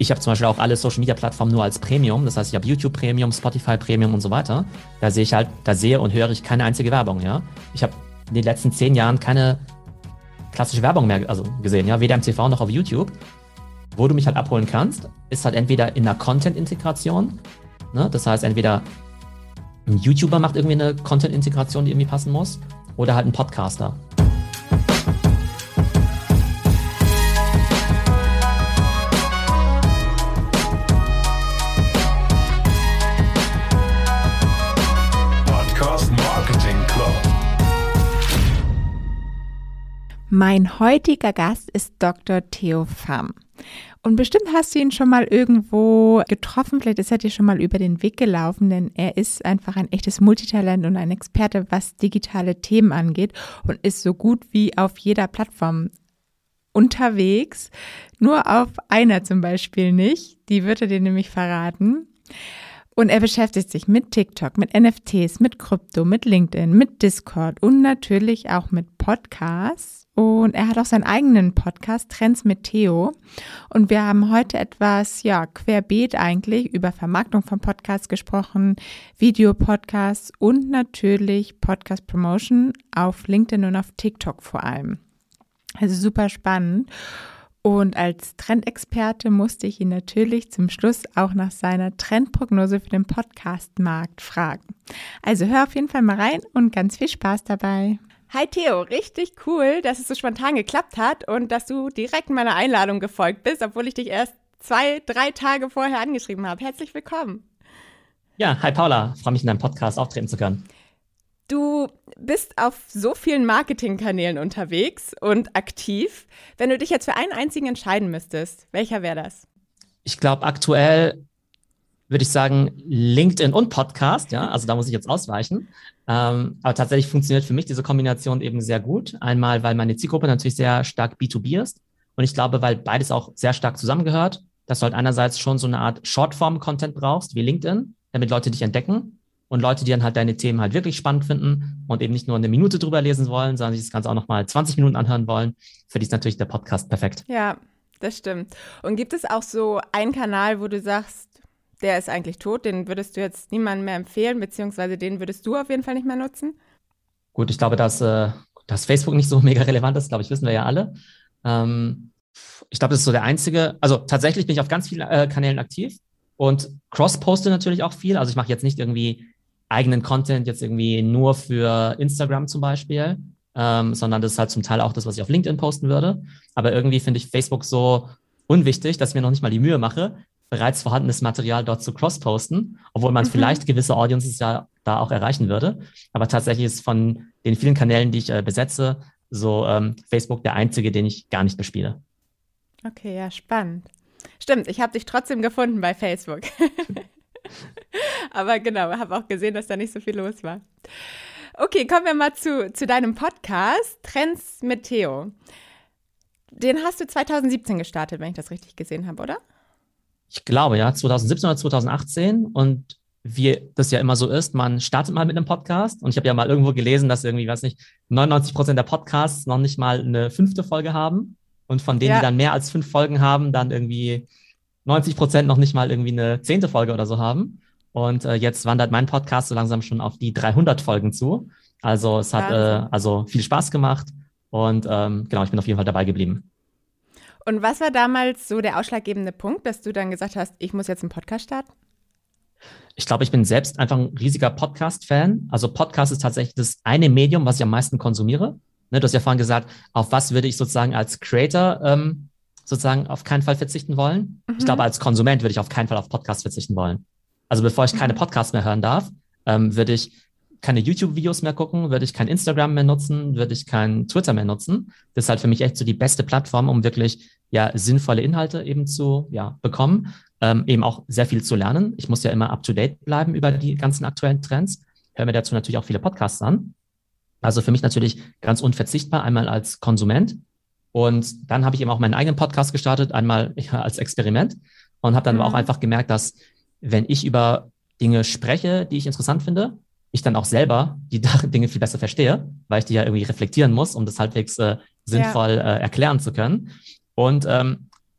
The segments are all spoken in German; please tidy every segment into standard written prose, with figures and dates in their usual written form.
ich habe zum Beispiel auch alle Social-Media-Plattformen nur als Premium. Das heißt, ich habe YouTube Premium, Spotify Premium und so weiter. Da sehe und höre ich keine einzige Werbung, ja. Ich habe in den letzten 10 Jahren keine klassische Werbung mehr gesehen, ja, weder im TV noch auf YouTube. Wo du mich halt abholen kannst, ist halt entweder in einer Content-Integration, ne? Das heißt, entweder ein YouTuber macht irgendwie eine Content-Integration, die irgendwie passen muss, oder halt ein Podcaster. Mein heutiger Gast ist Dr. Theo Pham. Und bestimmt hast du ihn schon mal irgendwo getroffen, vielleicht ist er dir schon mal über den Weg gelaufen, denn er ist einfach ein echtes Multitalent und ein Experte, was digitale Themen angeht und ist so gut wie auf jeder Plattform unterwegs. Nur auf einer zum Beispiel nicht, die wird er dir nämlich verraten. Und er beschäftigt sich mit TikTok, mit NFTs, mit Krypto, mit LinkedIn, mit Discord und natürlich auch mit Podcasts. Und er hat auch seinen eigenen Podcast, Trends mit Theo. Und wir haben heute etwas, querbeet eigentlich über Vermarktung von Podcasts gesprochen, Videopodcasts und natürlich Podcast-Promotion auf LinkedIn und auf TikTok vor allem. Also super spannend. Und als Trendexperte musste ich ihn natürlich zum Schluss auch nach seiner Trendprognose für den Podcast-Markt fragen. Also hör auf jeden Fall mal rein und ganz viel Spaß dabei. Hi Theo, richtig cool, dass es so spontan geklappt hat und dass du direkt meiner Einladung gefolgt bist, obwohl ich dich erst 2-3 Tage vorher angeschrieben habe. Herzlich willkommen. Ja, hi Paula, freue mich in deinem Podcast auftreten zu können. Du bist auf so vielen Marketingkanälen unterwegs und aktiv. Wenn du dich jetzt für einen einzigen entscheiden müsstest, welcher wäre das? Ich glaube, aktuell würde ich sagen LinkedIn und Podcast, ja, also da muss ich jetzt ausweichen. Aber tatsächlich funktioniert für mich diese Kombination eben sehr gut. Einmal, weil meine Zielgruppe natürlich sehr stark B2B ist und ich glaube, weil beides auch sehr stark zusammengehört, dass du halt einerseits schon so eine Art Shortform-Content brauchst, wie LinkedIn, damit Leute dich entdecken. Und Leute, die dann halt deine Themen halt wirklich spannend finden und eben nicht nur eine Minute drüber lesen wollen, sondern sich das Ganze auch nochmal 20 Minuten anhören wollen, für die ist natürlich der Podcast perfekt. Ja, das stimmt. Und gibt es auch so einen Kanal, wo du sagst, der ist eigentlich tot, den würdest du jetzt niemandem mehr empfehlen, beziehungsweise den würdest du auf jeden Fall nicht mehr nutzen? Gut, ich glaube, dass Facebook nicht so mega relevant ist, glaube ich, wissen wir ja alle. Ich glaube, das ist so der einzige, also tatsächlich bin ich auf ganz vielen Kanälen aktiv und cross-poste natürlich auch viel. Also ich mache jetzt nicht irgendwie eigenen Content jetzt irgendwie nur für Instagram zum Beispiel, sondern das ist halt zum Teil auch das, was ich auf LinkedIn posten würde. Aber irgendwie finde ich Facebook so unwichtig, dass ich mir noch nicht mal die Mühe mache, bereits vorhandenes Material dort zu cross-posten, obwohl man vielleicht gewisse Audiences ja da auch erreichen würde. Aber tatsächlich ist von den vielen Kanälen, die ich besetze, so Facebook der einzige, den ich gar nicht bespiele. Okay, ja, spannend. Stimmt, ich habe dich trotzdem gefunden bei Facebook. Aber genau, habe auch gesehen, dass da nicht so viel los war. Okay, kommen wir mal zu deinem Podcast, Trends mit Theo. Den hast du 2017 gestartet, wenn ich das richtig gesehen habe, oder? Ich glaube, ja, 2017 oder 2018. Und wie das ja immer so ist, man startet mal mit einem Podcast. Und ich habe ja mal irgendwo gelesen, dass irgendwie, 99% der Podcasts noch nicht mal eine 5. Folge haben. Und von denen, die dann mehr als 5 Folgen haben, dann irgendwie 90% noch nicht mal irgendwie eine 10. Folge oder so haben. Und jetzt wandert mein Podcast so langsam schon auf die 300 Folgen zu. Also es hat viel Spaß gemacht und genau, ich bin auf jeden Fall dabei geblieben. Und was war damals so der ausschlaggebende Punkt, dass du dann gesagt hast, ich muss jetzt einen Podcast starten? Ich glaube, ich bin selbst einfach ein riesiger Podcast-Fan. Also Podcast ist tatsächlich das eine Medium, was ich am meisten konsumiere. Ne, du hast ja vorhin gesagt, auf was würde ich sozusagen als Creator sozusagen auf keinen Fall verzichten wollen. Ich glaube, als Konsument würde ich auf keinen Fall auf Podcast verzichten wollen. Also bevor ich keine Podcasts mehr hören darf, würde ich keine YouTube-Videos mehr gucken, würde ich kein Instagram mehr nutzen, würde ich kein Twitter mehr nutzen. Das ist halt für mich echt so die beste Plattform, um wirklich sinnvolle Inhalte eben zu bekommen, eben auch sehr viel zu lernen. Ich muss ja immer up-to-date bleiben über die ganzen aktuellen Trends. Höre mir dazu natürlich auch viele Podcasts an. Also für mich natürlich ganz unverzichtbar, einmal als Konsument. Und dann habe ich eben auch meinen eigenen Podcast gestartet, einmal als Experiment und habe dann aber auch einfach gemerkt, dass wenn ich über Dinge spreche, die ich interessant finde, ich dann auch selber die Dinge viel besser verstehe, weil ich die ja irgendwie reflektieren muss, um das halbwegs sinnvoll erklären zu können. Und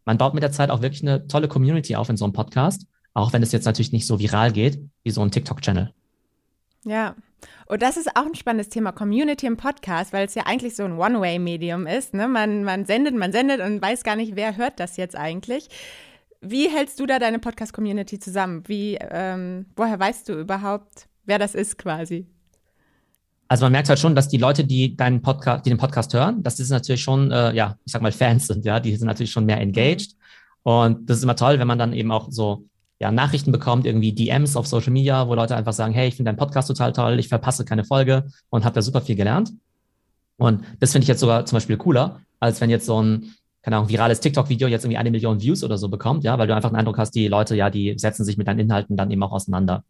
man baut mit der Zeit auch wirklich eine tolle Community auf in so einem Podcast, auch wenn es jetzt natürlich nicht so viral geht wie so ein TikTok-Channel. Ja, und das ist auch ein spannendes Thema, Community im Podcast, weil es ja eigentlich so ein One-Way-Medium ist. Ne? Man sendet und weiß gar nicht, wer hört das jetzt eigentlich. Wie hältst du da deine Podcast-Community zusammen? Woher weißt du überhaupt, wer das ist quasi? Also man merkt halt schon, dass die Leute, die den Podcast hören, dass das natürlich schon, ich sag mal, Fans sind, ja, die sind natürlich schon mehr engaged. Und das ist immer toll, wenn man dann eben auch so, ja, Nachrichten bekommt, irgendwie DMs auf Social Media, wo Leute einfach sagen, hey, ich finde deinen Podcast total toll, ich verpasse keine Folge und habe da super viel gelernt. Und das finde ich jetzt sogar zum Beispiel cooler, als wenn jetzt so ein, keine Ahnung, virales TikTok-Video jetzt irgendwie 1 Million Views oder so bekommt, ja, weil du einfach den Eindruck hast, die Leute, ja, die setzen sich mit deinen Inhalten dann eben auch auseinander.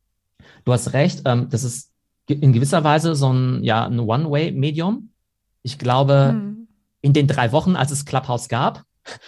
Du hast recht, das ist in gewisser Weise so ein One-Way-Medium. Ich glaube, in den 3 Wochen, als es Clubhouse gab,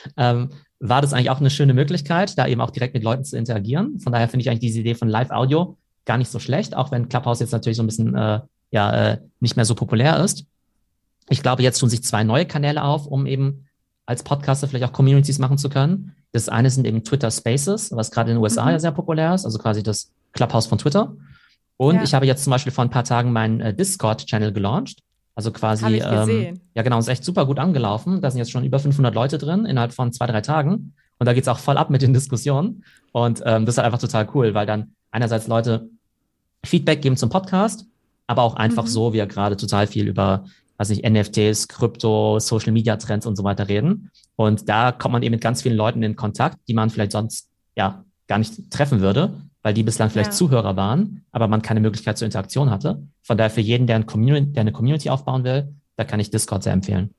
war das eigentlich auch eine schöne Möglichkeit, da eben auch direkt mit Leuten zu interagieren. Von daher finde ich eigentlich diese Idee von Live-Audio gar nicht so schlecht, auch wenn Clubhouse jetzt natürlich so ein bisschen nicht mehr so populär ist. Ich glaube, jetzt tun sich 2 neue Kanäle auf, um eben als Podcaster vielleicht auch Communities machen zu können. Das eine sind eben Twitter Spaces, was gerade in den USA ja sehr populär ist, also quasi das Clubhouse von Twitter. Und ich habe jetzt zum Beispiel vor ein paar Tagen meinen Discord-Channel gelauncht. Also quasi, habe ich gesehen. Ja genau, ist echt super gut angelaufen. Da sind jetzt schon über 500 Leute drin innerhalb von 2, 3 Tagen. Und da geht's auch voll ab mit den Diskussionen. Und das ist halt einfach total cool, weil dann einerseits Leute Feedback geben zum Podcast, aber auch einfach so, wir gerade total viel über, weiß nicht, NFTs, Krypto, Social Media Trends und so weiter reden. Und da kommt man eben mit ganz vielen Leuten in Kontakt, die man vielleicht sonst ja gar nicht treffen würde, weil die bislang vielleicht Zuhörer waren, aber man keine Möglichkeit zur Interaktion hatte. Von daher für jeden, der eine Community aufbauen will, da kann ich Discord sehr empfehlen.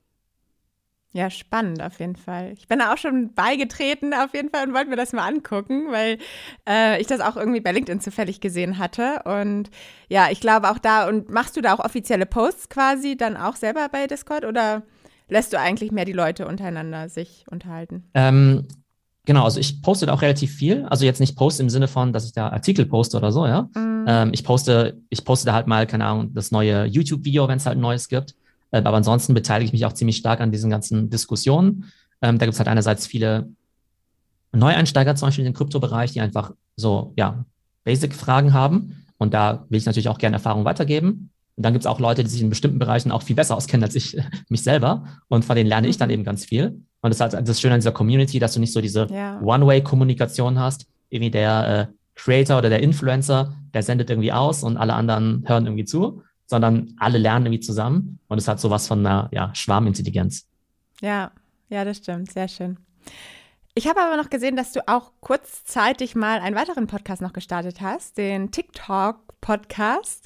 Ja, spannend auf jeden Fall. Ich bin da auch schon beigetreten auf jeden Fall und wollte mir das mal angucken, weil ich das auch irgendwie bei LinkedIn zufällig gesehen hatte. Und ja, ich glaube auch da, und machst du da auch offizielle Posts quasi dann auch selber bei Discord oder lässt du eigentlich mehr die Leute untereinander sich unterhalten? Genau, also ich poste da auch relativ viel. Also jetzt nicht Post im Sinne von, dass ich da Artikel poste oder so, ja. Ich poste da halt mal, keine Ahnung, das neue YouTube-Video, wenn es halt ein neues gibt. Aber ansonsten beteilige ich mich auch ziemlich stark an diesen ganzen Diskussionen. Da gibt es halt einerseits viele Neueinsteiger, zum Beispiel in den Kryptobereich, die einfach so, ja, Basic-Fragen haben. Und da will ich natürlich auch gerne Erfahrung weitergeben. Und dann gibt es auch Leute, die sich in bestimmten Bereichen auch viel besser auskennen als ich mich selber. Und von denen lerne ich dann eben ganz viel. Und das ist halt das Schöne an dieser Community, dass du nicht so diese One-Way-Kommunikation hast. Irgendwie der Creator oder der Influencer, der sendet irgendwie aus und alle anderen hören irgendwie zu, sondern alle lernen irgendwie zusammen. Und es hat sowas von einer Schwarmintelligenz. Ja, das stimmt. Sehr schön. Ich habe aber noch gesehen, dass du auch kurzzeitig mal einen weiteren Podcast noch gestartet hast, den TikTok-Podcast.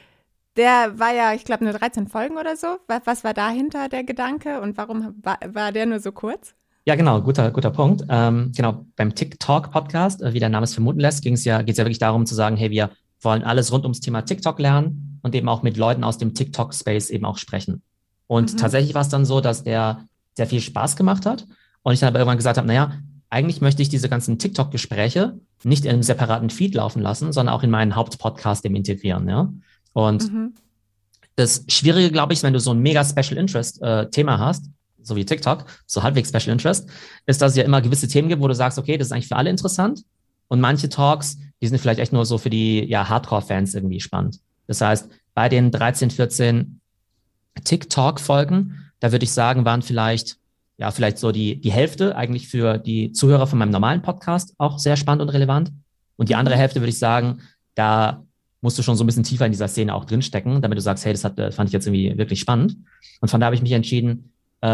Der war ja, ich glaube, nur 13 Folgen oder so. Was war dahinter der Gedanke und warum war der nur so kurz? Ja, genau, guter Punkt. Genau, beim TikTok-Podcast, wie der Name es vermuten lässt, geht's ja wirklich darum zu sagen, hey, wir wollen alles rund ums Thema TikTok lernen und eben auch mit Leuten aus dem TikTok-Space eben auch sprechen. Und tatsächlich war es dann so, dass der sehr viel Spaß gemacht hat und ich dann aber irgendwann gesagt habe, naja, eigentlich möchte ich diese ganzen TikTok-Gespräche nicht in einem separaten Feed laufen lassen, sondern auch in meinen Hauptpodcast eben integrieren, ja. Und das Schwierige, glaube ich, wenn du so ein mega Special Interest Thema hast, so wie TikTok, so halbwegs Special Interest, ist, dass es ja immer gewisse Themen gibt, wo du sagst, okay, das ist eigentlich für alle interessant. Und manche Talks, die sind vielleicht echt nur so für die Hardcore-Fans irgendwie spannend. Das heißt, bei den 13, 14 TikTok-Folgen, da würde ich sagen, waren vielleicht so die Hälfte eigentlich für die Zuhörer von meinem normalen Podcast auch sehr spannend und relevant. Und die andere Hälfte würde ich sagen, da musst du schon so ein bisschen tiefer in dieser Szene auch drinstecken, damit du sagst, hey, das fand ich jetzt irgendwie wirklich spannend. Und von da habe ich mich entschieden,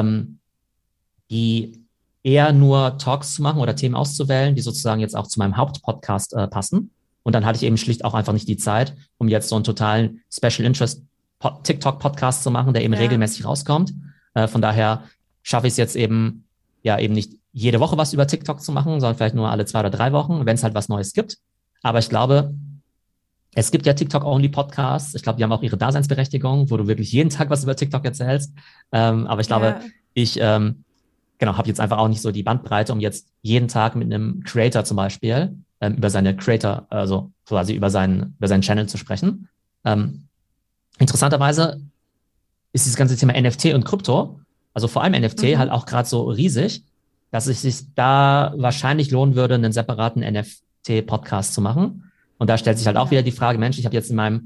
die eher nur Talks zu machen oder Themen auszuwählen, die sozusagen jetzt auch zu meinem Hauptpodcast passen. Und dann hatte ich eben schlicht auch einfach nicht die Zeit, um jetzt so einen totalen Special Interest TikTok-Podcast zu machen, der eben regelmäßig rauskommt. Von daher schaffe ich es jetzt eben nicht jede Woche was über TikTok zu machen, sondern vielleicht nur alle 2 oder 3 Wochen, wenn es halt was Neues gibt. Aber ich glaube, es gibt ja TikTok-Only-Podcasts. Ich glaube, die haben auch ihre Daseinsberechtigung, wo du wirklich jeden Tag was über TikTok erzählst. Aber ich glaube, ich habe jetzt einfach auch nicht so die Bandbreite, um jetzt jeden Tag mit einem Creator zum Beispiel über seine Creator, also quasi über seinen Channel zu sprechen. Interessanterweise ist dieses ganze Thema NFT und Krypto, also vor allem NFT, halt auch gerade so riesig. dass es sich da wahrscheinlich lohnen würde, einen separaten NFT-Podcast zu machen. Und da stellt sich halt auch wieder die Frage, Mensch, ich habe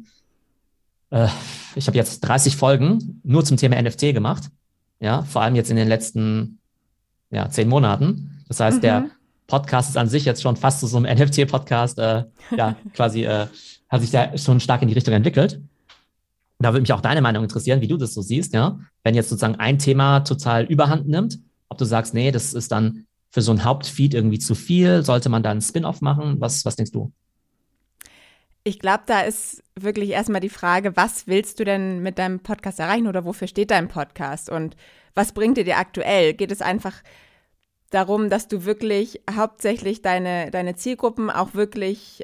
jetzt 30 Folgen nur zum Thema NFT gemacht. Ja, vor allem jetzt in den letzten 10 Monaten. Das heißt, der Podcast ist an sich jetzt schon fast zu so einem NFT-Podcast, quasi hat sich da schon stark in die Richtung entwickelt. Da würde mich auch deine Meinung interessieren, wie du das so siehst, ja. Wenn jetzt sozusagen ein Thema total Überhand nimmt, ob du sagst, nee, das ist dann für so ein Hauptfeed irgendwie zu viel, sollte man da einen Spin-off machen? Was denkst du? Ich glaube, da ist wirklich erstmal die Frage, was willst du denn mit deinem Podcast erreichen oder wofür steht dein Podcast und was bringt dir aktuell? Geht es einfach darum, dass du wirklich hauptsächlich deine Zielgruppen auch wirklich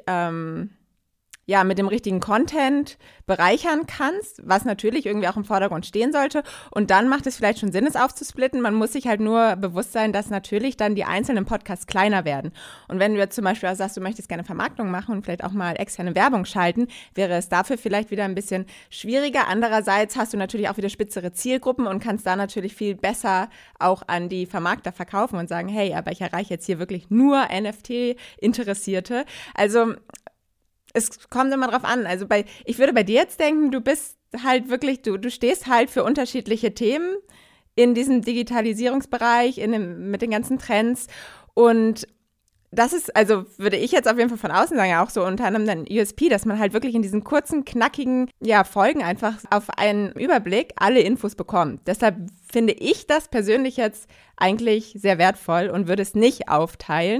mit dem richtigen Content bereichern kannst, was natürlich irgendwie auch im Vordergrund stehen sollte. Und dann macht es vielleicht schon Sinn, es aufzusplitten. Man muss sich halt nur bewusst sein, dass natürlich dann die einzelnen Podcasts kleiner werden. Und wenn du jetzt zum Beispiel sagst, du möchtest gerne Vermarktung machen und vielleicht auch mal externe Werbung schalten, wäre es dafür vielleicht wieder ein bisschen schwieriger. Andererseits hast du natürlich auch wieder spitzere Zielgruppen und kannst da natürlich viel besser auch an die Vermarkter verkaufen und sagen, hey, aber ich erreiche jetzt hier wirklich nur NFT-Interessierte. Also es kommt immer drauf an. Also ich würde bei dir jetzt denken, du bist halt wirklich, du stehst halt für unterschiedliche Themen in diesem Digitalisierungsbereich, mit den ganzen Trends. Und das ist, also würde ich jetzt auf jeden Fall von außen sagen, ja auch so unter anderem ein USP, dass man halt wirklich in diesen kurzen, knackigen Folgen einfach auf einen Überblick alle Infos bekommt. Deshalb finde ich das persönlich jetzt eigentlich sehr wertvoll und würde es nicht aufteilen.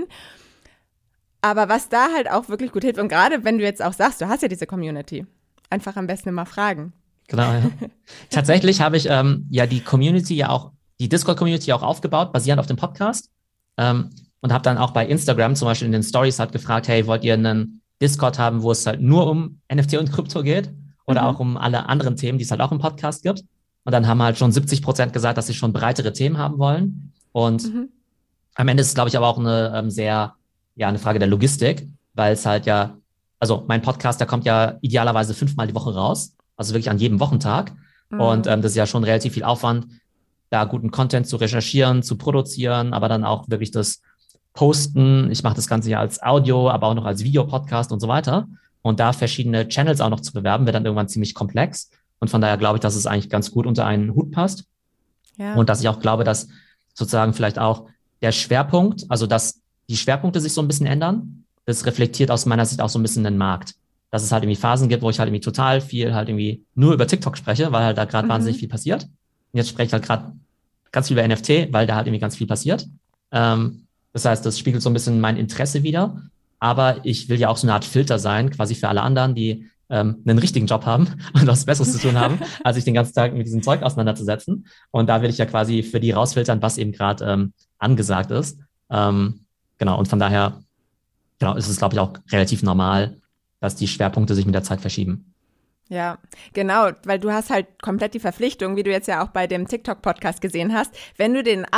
Aber was da halt auch wirklich gut hilft, und gerade wenn du jetzt auch sagst, du hast ja diese Community, einfach am besten immer fragen. Genau, ja. Tatsächlich habe ich die Community die Discord-Community auch aufgebaut, basierend auf dem Podcast. Und habe dann auch bei Instagram zum Beispiel in den Stories halt gefragt, hey, wollt ihr einen Discord haben, wo es halt nur um NFT und Krypto geht? Oder auch um alle anderen Themen, die es halt auch im Podcast gibt? Und dann haben halt schon 70% gesagt, dass sie schon breitere Themen haben wollen. Und am Ende ist es, glaube ich, aber auch eine Frage der Logistik, weil es halt also mein Podcast, der kommt ja idealerweise 5-mal die Woche raus, also wirklich an jedem Wochentag. Und das ist ja schon relativ viel Aufwand, da guten Content zu recherchieren, zu produzieren, aber dann auch wirklich das Posten. Ich mache das Ganze ja als Audio, aber auch noch als Videopodcast und so weiter. Und da verschiedene Channels auch noch zu bewerben, wird dann irgendwann ziemlich komplex. Und von daher glaube ich, dass es eigentlich ganz gut unter einen Hut passt. Ja. Und dass ich auch glaube, dass sozusagen vielleicht auch der Schwerpunkt, also dass die Schwerpunkte sich so ein bisschen ändern. Das reflektiert aus meiner Sicht auch so ein bisschen den Markt. Dass es halt irgendwie Phasen gibt, wo ich halt irgendwie total viel halt irgendwie nur über TikTok spreche, weil halt da gerade wahnsinnig viel passiert. Und jetzt spreche ich halt gerade ganz viel über NFT, weil da halt irgendwie ganz viel passiert. Das heißt, das spiegelt so ein bisschen mein Interesse wider. Aber ich will ja auch so eine Art Filter sein, quasi für alle anderen, die einen richtigen Job haben und was Besseres zu tun haben, als sich den ganzen Tag mit diesem Zeug auseinanderzusetzen. Und da will ich ja quasi für die rausfiltern, was eben gerade angesagt ist. Genau, und von daher ist es, glaube ich, auch relativ normal, dass die Schwerpunkte sich mit der Zeit verschieben. Ja, genau, weil du hast halt komplett die Verpflichtung, wie du jetzt ja auch bei dem TikTok-Podcast gesehen hast, wenn du den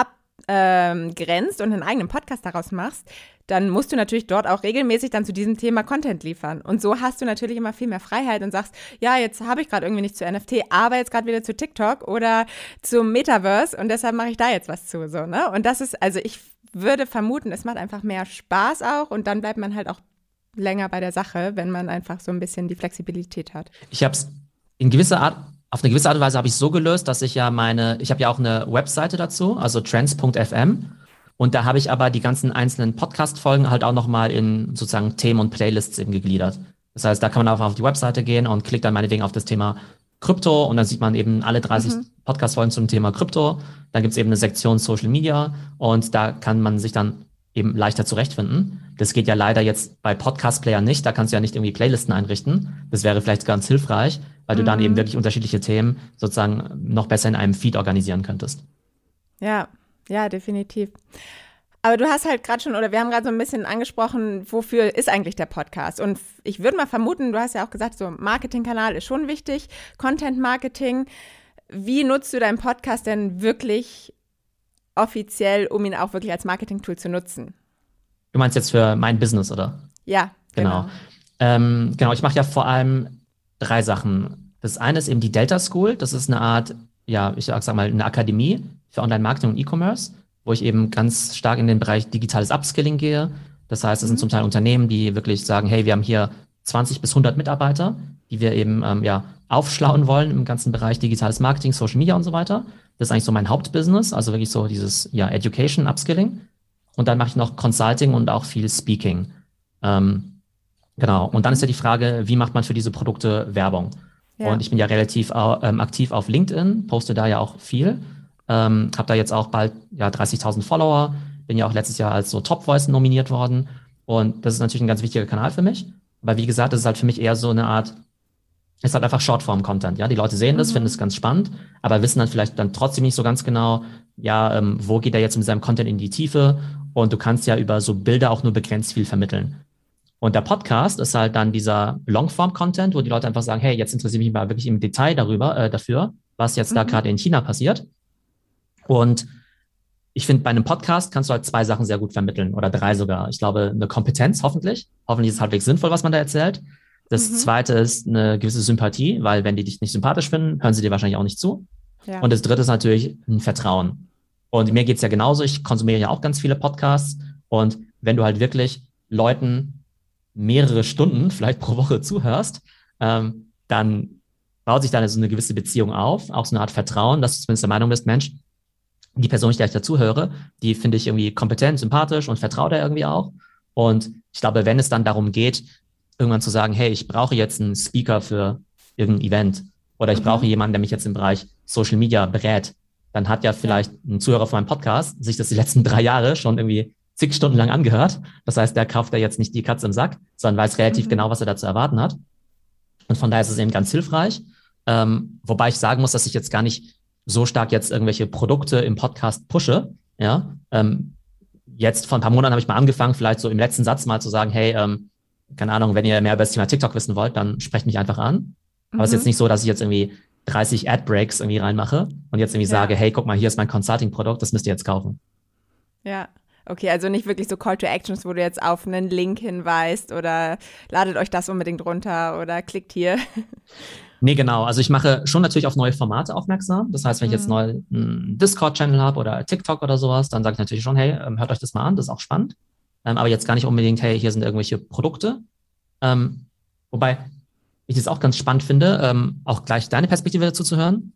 abgrenzt und einen eigenen Podcast daraus machst, dann musst du natürlich dort auch regelmäßig dann zu diesem Thema Content liefern. Und so hast du natürlich immer viel mehr Freiheit und sagst, ja, jetzt habe ich gerade irgendwie nicht zu NFT, aber jetzt gerade wieder zu TikTok oder zum Metaverse und deshalb mache ich da jetzt was zu, so, ne? Und das ist, also ich würde vermuten, es macht einfach mehr Spaß auch und dann bleibt man halt auch länger bei der Sache, wenn man einfach so ein bisschen die Flexibilität hat. Ich habe es auf eine gewisse Art und Weise habe ich so gelöst, dass ich habe ja auch eine Webseite dazu, also trends.fm. Und da habe ich aber die ganzen einzelnen Podcast-Folgen halt auch nochmal in sozusagen Themen und Playlists eben gegliedert. Das heißt, da kann man einfach auf die Webseite gehen und klickt dann meinetwegen auf das Thema Krypto und dann sieht man eben alle 30 Podcast-Folgen zum Thema Krypto. Dann gibt es eben eine Sektion Social Media und da kann man sich dann eben leichter zurechtfinden. Das geht ja leider jetzt bei Podcast-Playern nicht. Da kannst du ja nicht irgendwie Playlisten einrichten. Das wäre vielleicht ganz hilfreich, weil du dann eben wirklich unterschiedliche Themen sozusagen noch besser in einem Feed organisieren könntest. Ja, definitiv. Aber du hast halt gerade schon, oder wir haben gerade so ein bisschen angesprochen, wofür ist eigentlich der Podcast? Und ich würde mal vermuten, du hast ja auch gesagt, so Marketingkanal ist schon wichtig, Content-Marketing. Wie nutzt du deinen Podcast denn wirklich offiziell, um ihn auch wirklich als Marketing-Tool zu nutzen? Du meinst jetzt für mein Business, oder? Ja, genau. Genau, ich mache ja vor allem 3 Sachen. Das eine ist eben die Delta School. Das ist eine Art, ja, ich sag mal, eine Akademie für Online-Marketing und E-Commerce, wo ich eben ganz stark in den Bereich digitales Upskilling gehe. Das heißt, es sind zum Teil Unternehmen, die wirklich sagen, hey, wir haben hier 20 bis 100 Mitarbeiter, die wir eben aufschlauen wollen im ganzen Bereich digitales Marketing, Social Media und so weiter. Das ist eigentlich so mein Hauptbusiness, also wirklich so dieses Education, Upskilling. Und dann mache ich noch Consulting und auch viel Speaking. Genau. Und dann ist ja die Frage, wie macht man für diese Produkte Werbung? Ja. Und ich bin ja relativ aktiv auf LinkedIn, poste da ja auch viel. Habe da jetzt auch bald 30.000 Follower. Bin ja auch letztes Jahr als so Top Voice nominiert worden. Und das ist natürlich ein ganz wichtiger Kanal für mich. Aber wie gesagt, das ist halt für mich eher so eine Art, ist halt einfach Shortform-Content. Ja, die Leute sehen das, finden es ganz spannend, aber wissen dann vielleicht dann trotzdem nicht so ganz genau, wo geht er jetzt mit seinem Content in die Tiefe? Und du kannst ja über so Bilder auch nur begrenzt viel vermitteln. Und der Podcast ist halt dann dieser Longform-Content, wo die Leute einfach sagen, hey, jetzt interessiere ich mich mal wirklich im Detail dafür, was jetzt da gerade in China passiert. Und ich finde, bei einem Podcast kannst du halt 2 Sachen sehr gut vermitteln oder 3 sogar. Ich glaube, eine Kompetenz hoffentlich. Hoffentlich ist es halbwegs sinnvoll, was man da erzählt. Das Zweite ist eine gewisse Sympathie, weil wenn die dich nicht sympathisch finden, hören sie dir wahrscheinlich auch nicht zu. Ja. Und das Dritte ist natürlich ein Vertrauen. Und mir geht's ja genauso. Ich konsumiere ja auch ganz viele Podcasts. Und wenn du halt wirklich Leuten mehrere Stunden, vielleicht pro Woche zuhörst, dann baut sich da so eine gewisse Beziehung auf, auch so eine Art Vertrauen, dass du zumindest der Meinung bist, Mensch, die Person, der ich dazuhöre, die finde ich irgendwie kompetent, sympathisch und vertraue der irgendwie auch. Und ich glaube, wenn es dann darum geht, irgendwann zu sagen, hey, ich brauche jetzt einen Speaker für irgendein Event oder ich brauche jemanden, der mich jetzt im Bereich Social Media berät, dann hat ja vielleicht ein Zuhörer von meinem Podcast sich das die letzten 3 Jahre schon irgendwie zig Stunden lang angehört. Das heißt, der kauft ja jetzt nicht die Katze im Sack, sondern weiß relativ genau, was er da zu erwarten hat. Und von daher ist es eben ganz hilfreich. Wobei ich sagen muss, dass ich jetzt gar nicht so stark jetzt irgendwelche Produkte im Podcast pushe. Ja, jetzt vor ein paar Monaten habe ich mal angefangen, vielleicht so im letzten Satz mal zu sagen, hey, keine Ahnung, wenn ihr mehr über das Thema TikTok wissen wollt, dann sprecht mich einfach an. Aber es ist jetzt nicht so, dass ich jetzt irgendwie 30 Ad-Breaks irgendwie reinmache und jetzt irgendwie sage, hey, guck mal, hier ist mein Consulting-Produkt, das müsst ihr jetzt kaufen. Ja, okay, also nicht wirklich so Call to Actions, wo du jetzt auf einen Link hinweist oder ladet euch das unbedingt runter oder klickt hier. Nee, genau. Also ich mache schon natürlich auf neue Formate aufmerksam. Das heißt, wenn ich jetzt neu einen Discord-Channel habe oder TikTok oder sowas, dann sage ich natürlich schon, hey, hört euch das mal an, das ist auch spannend. Aber jetzt gar nicht unbedingt, hey, hier sind irgendwelche Produkte. Wobei ich das auch ganz spannend finde, auch gleich deine Perspektive dazu zu hören.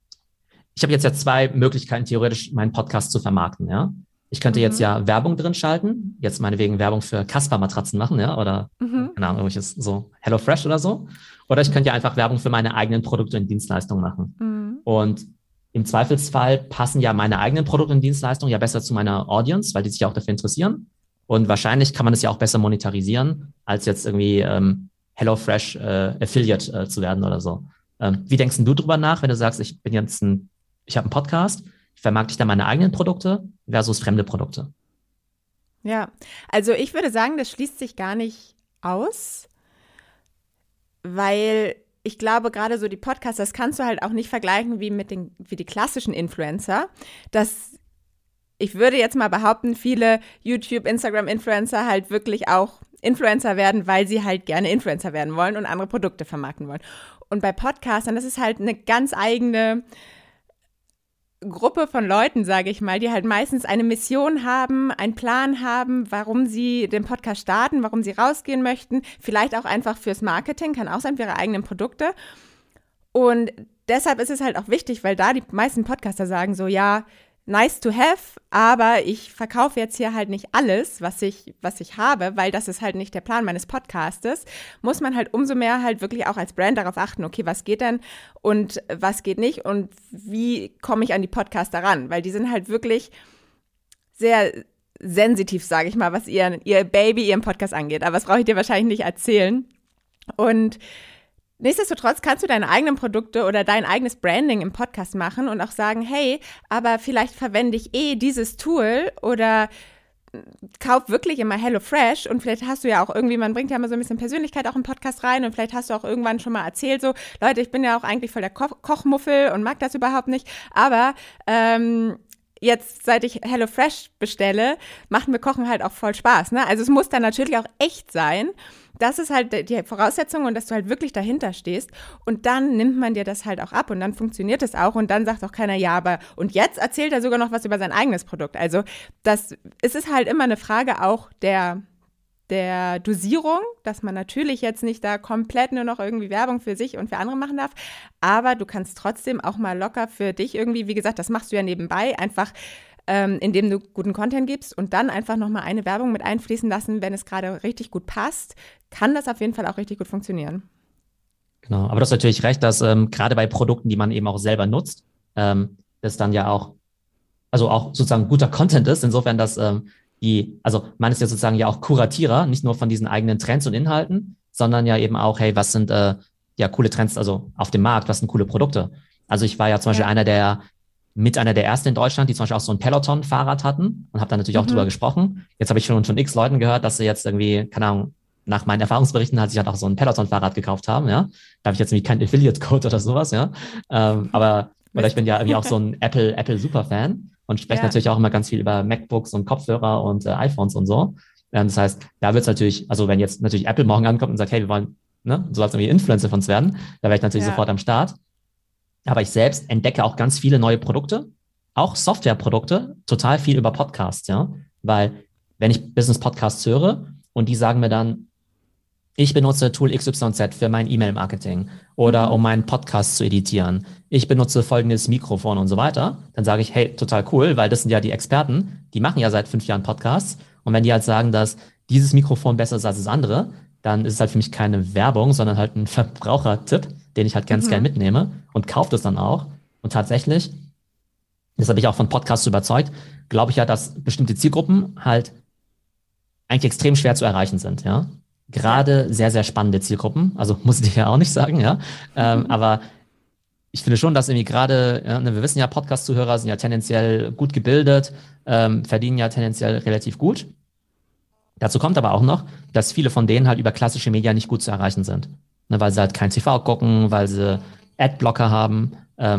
Ich habe jetzt ja 2 Möglichkeiten, theoretisch meinen Podcast zu vermarkten, ja. Ich könnte jetzt ja Werbung drin schalten, jetzt meinetwegen Werbung für Casper-Matratzen machen, ja, oder keine Ahnung, irgendwelches so HelloFresh oder so. Oder ich könnte ja einfach Werbung für meine eigenen Produkte und Dienstleistungen machen. Und im Zweifelsfall passen ja meine eigenen Produkte und Dienstleistungen ja besser zu meiner Audience, weil die sich ja auch dafür interessieren. Und wahrscheinlich kann man es ja auch besser monetarisieren, als jetzt irgendwie HelloFresh Affiliate zu werden oder so. Wie denkst du drüber nach, wenn du sagst, ich habe einen Podcast, vermarkte ich da meine eigenen Produkte versus fremde Produkte? Ja, also ich würde sagen, das schließt sich gar nicht aus, weil ich glaube, gerade so die Podcasts, das kannst du halt auch nicht vergleichen wie die klassischen Influencer. Ich würde jetzt mal behaupten, viele YouTube, Instagram-Influencer halt wirklich auch Influencer werden, weil sie halt gerne Influencer werden wollen und andere Produkte vermarkten wollen. Und bei Podcastern, das ist halt eine ganz eigene Gruppe von Leuten, sage ich mal, die halt meistens eine Mission haben, einen Plan haben, warum sie den Podcast starten, warum sie rausgehen möchten, vielleicht auch einfach fürs Marketing, kann auch sein, für ihre eigenen Produkte. Und deshalb ist es halt auch wichtig, weil da die meisten Podcaster sagen so, ja, nice to have, aber ich verkaufe jetzt hier halt nicht alles, was ich habe, weil das ist halt nicht der Plan meines Podcastes, muss man halt umso mehr halt wirklich auch als Brand darauf achten, okay, was geht denn und was geht nicht und wie komme ich an die Podcaster ran, weil die sind halt wirklich sehr sensitiv, sage ich mal, was ihren Podcast angeht, aber das brauche ich dir wahrscheinlich nicht erzählen. Und nichtsdestotrotz kannst du deine eigenen Produkte oder dein eigenes Branding im Podcast machen und auch sagen, hey, aber vielleicht verwende ich dieses Tool oder kauf wirklich immer HelloFresh und vielleicht hast du ja auch irgendwie, man bringt ja immer so ein bisschen Persönlichkeit auch im Podcast rein und vielleicht hast du auch irgendwann schon mal erzählt so, Leute, ich bin ja auch eigentlich voll der Kochmuffel und mag das überhaupt nicht, aber jetzt, seit ich HelloFresh bestelle, macht mir Kochen halt auch voll Spaß, ne? Also es muss dann natürlich auch echt sein. das ist halt die Voraussetzung und dass du halt wirklich dahinter stehst und dann nimmt man dir das halt auch ab und dann funktioniert es auch und dann sagt auch keiner, ja, aber und jetzt erzählt er sogar noch was über sein eigenes Produkt. Also es ist halt immer eine Frage auch der Dosierung, dass man natürlich jetzt nicht da komplett nur noch irgendwie Werbung für sich und für andere machen darf, aber du kannst trotzdem auch mal locker für dich irgendwie, wie gesagt, das machst du ja nebenbei, einfach indem du guten Content gibst und dann einfach nochmal eine Werbung mit einfließen lassen, wenn es gerade richtig gut passt, kann das auf jeden Fall auch richtig gut funktionieren. Genau, aber du hast natürlich recht, dass gerade bei Produkten, die man eben auch selber nutzt, das dann ja auch, also auch sozusagen guter Content ist, insofern, dass also man ist ja sozusagen ja auch Kuratierer, nicht nur von diesen eigenen Trends und Inhalten, sondern ja eben auch, hey, was sind ja coole Trends, also auf dem Markt, was sind coole Produkte? Also ich war ja zum Beispiel einer der ersten in Deutschland, die zum Beispiel auch so ein Peloton-Fahrrad hatten und habe da natürlich auch drüber gesprochen. Jetzt habe ich schon von x Leuten gehört, dass sie jetzt irgendwie, keine Ahnung, nach meinen Erfahrungsberichten halt sich halt auch so ein Peloton-Fahrrad gekauft haben, ja. Da habe ich jetzt irgendwie keinen Affiliate-Code oder sowas, ja. Oder ich bin ja irgendwie auch so ein Apple-Superfan und spreche natürlich auch immer ganz viel über MacBooks und Kopfhörer und iPhones und so. Das heißt, da wird es natürlich, also wenn jetzt natürlich Apple morgen ankommt und sagt, hey, wir wollen, ne, du sollst irgendwie Influencer von uns werden, da wäre ich natürlich sofort am Start. Aber ich selbst entdecke auch ganz viele neue Produkte, auch Softwareprodukte, total viel über Podcasts, ja. Weil wenn ich Business-Podcasts höre und die sagen mir dann, ich benutze Tool XYZ für mein E-Mail-Marketing oder um meinen Podcast zu editieren, ich benutze folgendes Mikrofon und so weiter, dann sage ich, hey, total cool, weil das sind ja die Experten, die machen ja seit 5 Jahren Podcasts und wenn die halt sagen, dass dieses Mikrofon besser ist als das andere, dann ist es halt für mich keine Werbung, sondern halt ein Verbrauchertipp, den ich halt ganz gern mitnehme und kaufe das dann auch. Und tatsächlich, das habe ich auch von Podcasts überzeugt, glaube ich ja, dass bestimmte Zielgruppen halt eigentlich extrem schwer zu erreichen sind, ja. Gerade sehr, sehr spannende Zielgruppen, also muss ich ja auch nicht sagen, ja. Aber ich finde schon, dass irgendwie gerade, ja, wir wissen ja, Podcast-Zuhörer sind ja tendenziell gut gebildet, verdienen ja tendenziell relativ gut. Dazu kommt aber auch noch, dass viele von denen halt über klassische Medien nicht gut zu erreichen sind. Ne, weil sie halt kein TV gucken, weil sie Adblocker haben.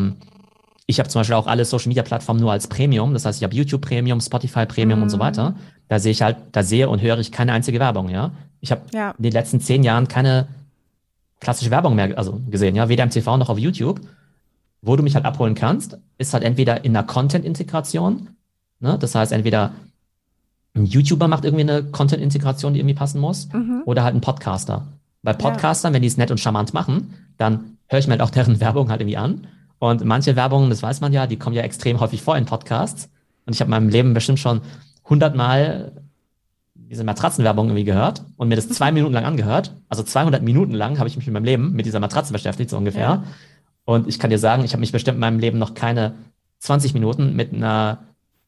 Ich habe zum Beispiel auch alle Social-Media-Plattformen nur als Premium. Das heißt, ich habe YouTube Premium, Spotify Premium und so weiter. Da sehe und höre ich keine einzige Werbung, ja. Ich habe in den letzten 10 Jahren keine klassische Werbung mehr gesehen, ja, weder im TV noch auf YouTube. Wo du mich halt abholen kannst, ist halt entweder in einer Content-Integration, ne? Das heißt, entweder ein YouTuber macht irgendwie eine Content-Integration, die irgendwie passen muss, oder halt ein Podcaster. Bei Podcastern, wenn die es nett und charmant machen, dann höre ich mir halt auch deren Werbung halt irgendwie an. Und manche Werbungen, das weiß man ja, die kommen ja extrem häufig vor in Podcasts. Und ich habe in meinem Leben bestimmt schon 100 Mal diese Matratzenwerbung irgendwie gehört und mir das 2 Minuten lang angehört. Also 200 Minuten lang habe ich mich in meinem Leben mit dieser Matratze beschäftigt, so ungefähr. Ja. Und ich kann dir sagen, ich habe mich bestimmt in meinem Leben noch keine 20 Minuten mit einem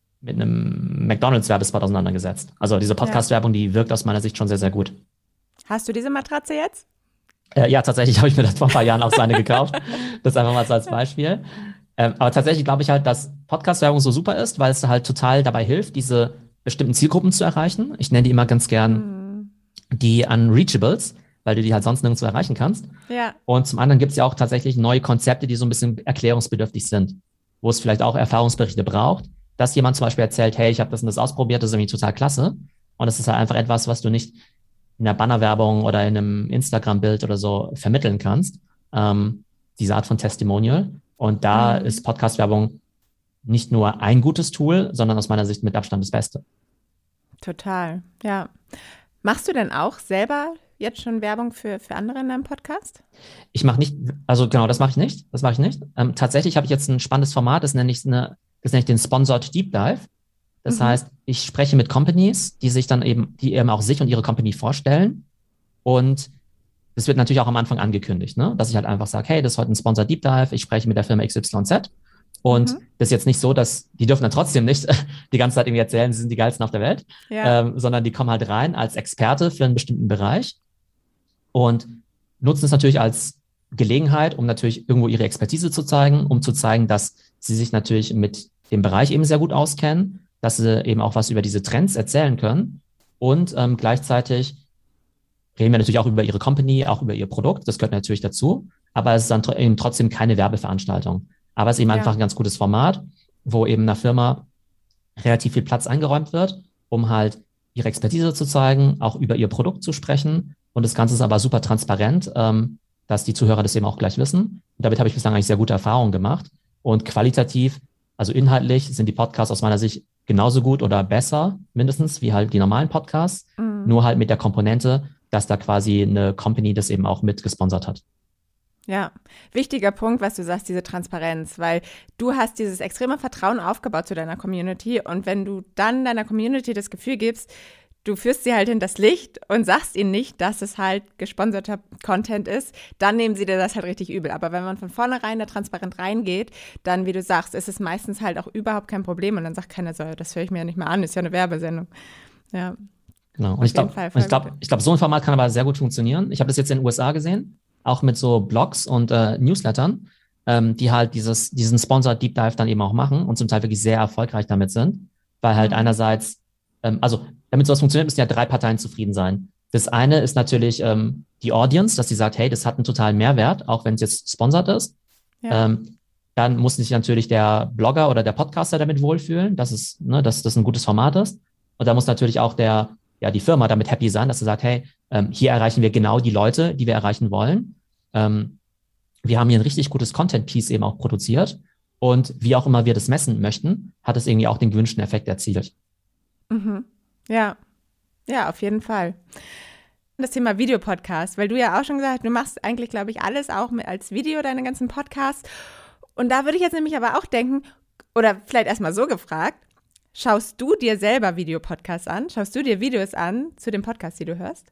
McDonalds-Werbespot auseinandergesetzt. Also diese Podcast-Werbung, die wirkt aus meiner Sicht schon sehr, sehr gut. Hast du diese Matratze jetzt? Ja, tatsächlich habe ich mir das vor ein paar Jahren auch so eine gekauft. Das einfach mal so als Beispiel. Aber tatsächlich glaube ich halt, dass Podcast-Werbung so super ist, weil es halt total dabei hilft, diese bestimmten Zielgruppen zu erreichen. Ich nenne die immer ganz gern die Unreachables, weil du die halt sonst nirgendwo erreichen kannst. Ja. Und zum anderen gibt es ja auch tatsächlich neue Konzepte, die so ein bisschen erklärungsbedürftig sind, wo es vielleicht auch Erfahrungsberichte braucht, dass jemand zum Beispiel erzählt, hey, ich habe das und das ausprobiert, das ist irgendwie total klasse. Und das ist halt einfach etwas, was du nicht in einer Bannerwerbung oder in einem Instagram-Bild oder so vermitteln kannst. Diese Art von Testimonial. Und da ist Podcast-Werbung nicht nur ein gutes Tool, sondern aus meiner Sicht mit Abstand das Beste. Total, ja. Machst du denn auch selber jetzt schon Werbung für andere in deinem Podcast? Ich mache nicht, also genau, das mache ich nicht. Tatsächlich habe ich jetzt ein spannendes Format, das nenne ich den Sponsored Deep Dive. Das heißt, ich spreche mit Companies, die eben auch sich und ihre Company vorstellen. Und das wird natürlich auch am Anfang angekündigt, ne? Dass ich halt einfach sage, hey, das ist heute ein Sponsored Deep Dive, ich spreche mit der Firma XYZ. Und das ist jetzt nicht so, dass die dürfen dann trotzdem nicht die ganze Zeit irgendwie erzählen, sie sind die geilsten auf der Welt, sondern die kommen halt rein als Experte für einen bestimmten Bereich und nutzen es natürlich als Gelegenheit, um natürlich irgendwo ihre Expertise zu zeigen, um zu zeigen, dass sie sich natürlich mit dem Bereich eben sehr gut auskennen, dass sie eben auch was über diese Trends erzählen können und gleichzeitig reden wir natürlich auch über ihre Company, auch über ihr Produkt, das gehört natürlich dazu, aber es ist dann eben trotzdem keine Werbeveranstaltung. Aber es ist eben einfach ein ganz gutes Format, wo eben einer Firma relativ viel Platz eingeräumt wird, um halt ihre Expertise zu zeigen, auch über ihr Produkt zu sprechen und das Ganze ist aber super transparent, dass die Zuhörer das eben auch gleich wissen. Und damit habe ich bislang eigentlich sehr gute Erfahrungen gemacht. Und qualitativ, also inhaltlich, sind die Podcasts aus meiner Sicht genauso gut oder besser, mindestens, wie halt die normalen Podcasts. Nur halt mit der Komponente, dass da quasi eine Company das eben auch mit gesponsert hat. Ja, wichtiger Punkt, was du sagst, diese Transparenz, weil du hast dieses extreme Vertrauen aufgebaut zu deiner Community und wenn du dann deiner Community das Gefühl gibst, du führst sie halt hinters Licht und sagst ihnen nicht, dass es halt gesponserter Content ist, dann nehmen sie dir das halt richtig übel. Aber wenn man von vornherein da transparent reingeht, dann, wie du sagst, ist es meistens halt auch überhaupt kein Problem und dann sagt keiner so, das höre ich mir ja nicht mal an, ist ja eine Werbesendung. Ja. Genau. Und ich glaube, so ein Format kann aber sehr gut funktionieren. Ich habe das jetzt in den USA gesehen, auch mit so Blogs und Newslettern, die halt diesen Sponsored Deep Dive dann eben auch machen und zum Teil wirklich sehr erfolgreich damit sind, weil halt einerseits, also damit sowas funktioniert, müssen ja 3 Parteien zufrieden sein. Das eine ist natürlich die Audience, dass sie sagt, hey, das hat einen totalen Mehrwert, auch wenn es jetzt sponsored ist. Ja. Dann muss sich natürlich der Blogger oder der Podcaster damit wohlfühlen, dass das ein gutes Format ist. Und da muss natürlich auch die Firma damit happy sein, dass sie sagt, hey, hier erreichen wir genau die Leute, die wir erreichen wollen. Wir haben hier ein richtig gutes Content-Piece eben auch produziert. Und wie auch immer wir das messen möchten, hat es irgendwie auch den gewünschten Effekt erzielt. Mhm. Ja, auf jeden Fall. Das Thema Videopodcast, weil du ja auch schon gesagt hast, du machst eigentlich, glaube ich, alles auch als Video, deine ganzen Podcasts. Und da würde ich jetzt nämlich aber auch denken, oder vielleicht erstmal so gefragt, schaust du dir selber Videopodcasts an? Schaust du dir Videos an zu den Podcasts, die du hörst?